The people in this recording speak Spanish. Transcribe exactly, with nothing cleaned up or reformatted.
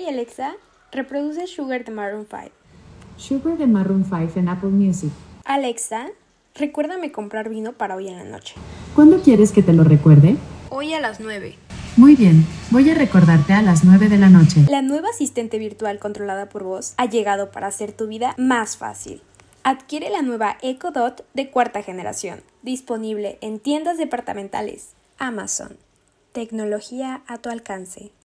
Alexa, reproduce Sugar de Maroon five. Sugar de Maroon five en Apple Music. Alexa, recuérdame comprar vino para hoy en la noche. ¿Cuándo quieres que te lo recuerde? Hoy a las nueve. Muy bien, voy a recordarte a las nueve de la noche. La nueva asistente virtual controlada por voz ha llegado para hacer tu vida más fácil. Adquiere la nueva Echo Dot de cuarta generación, disponible en tiendas departamentales. Amazon. Tecnología a tu alcance.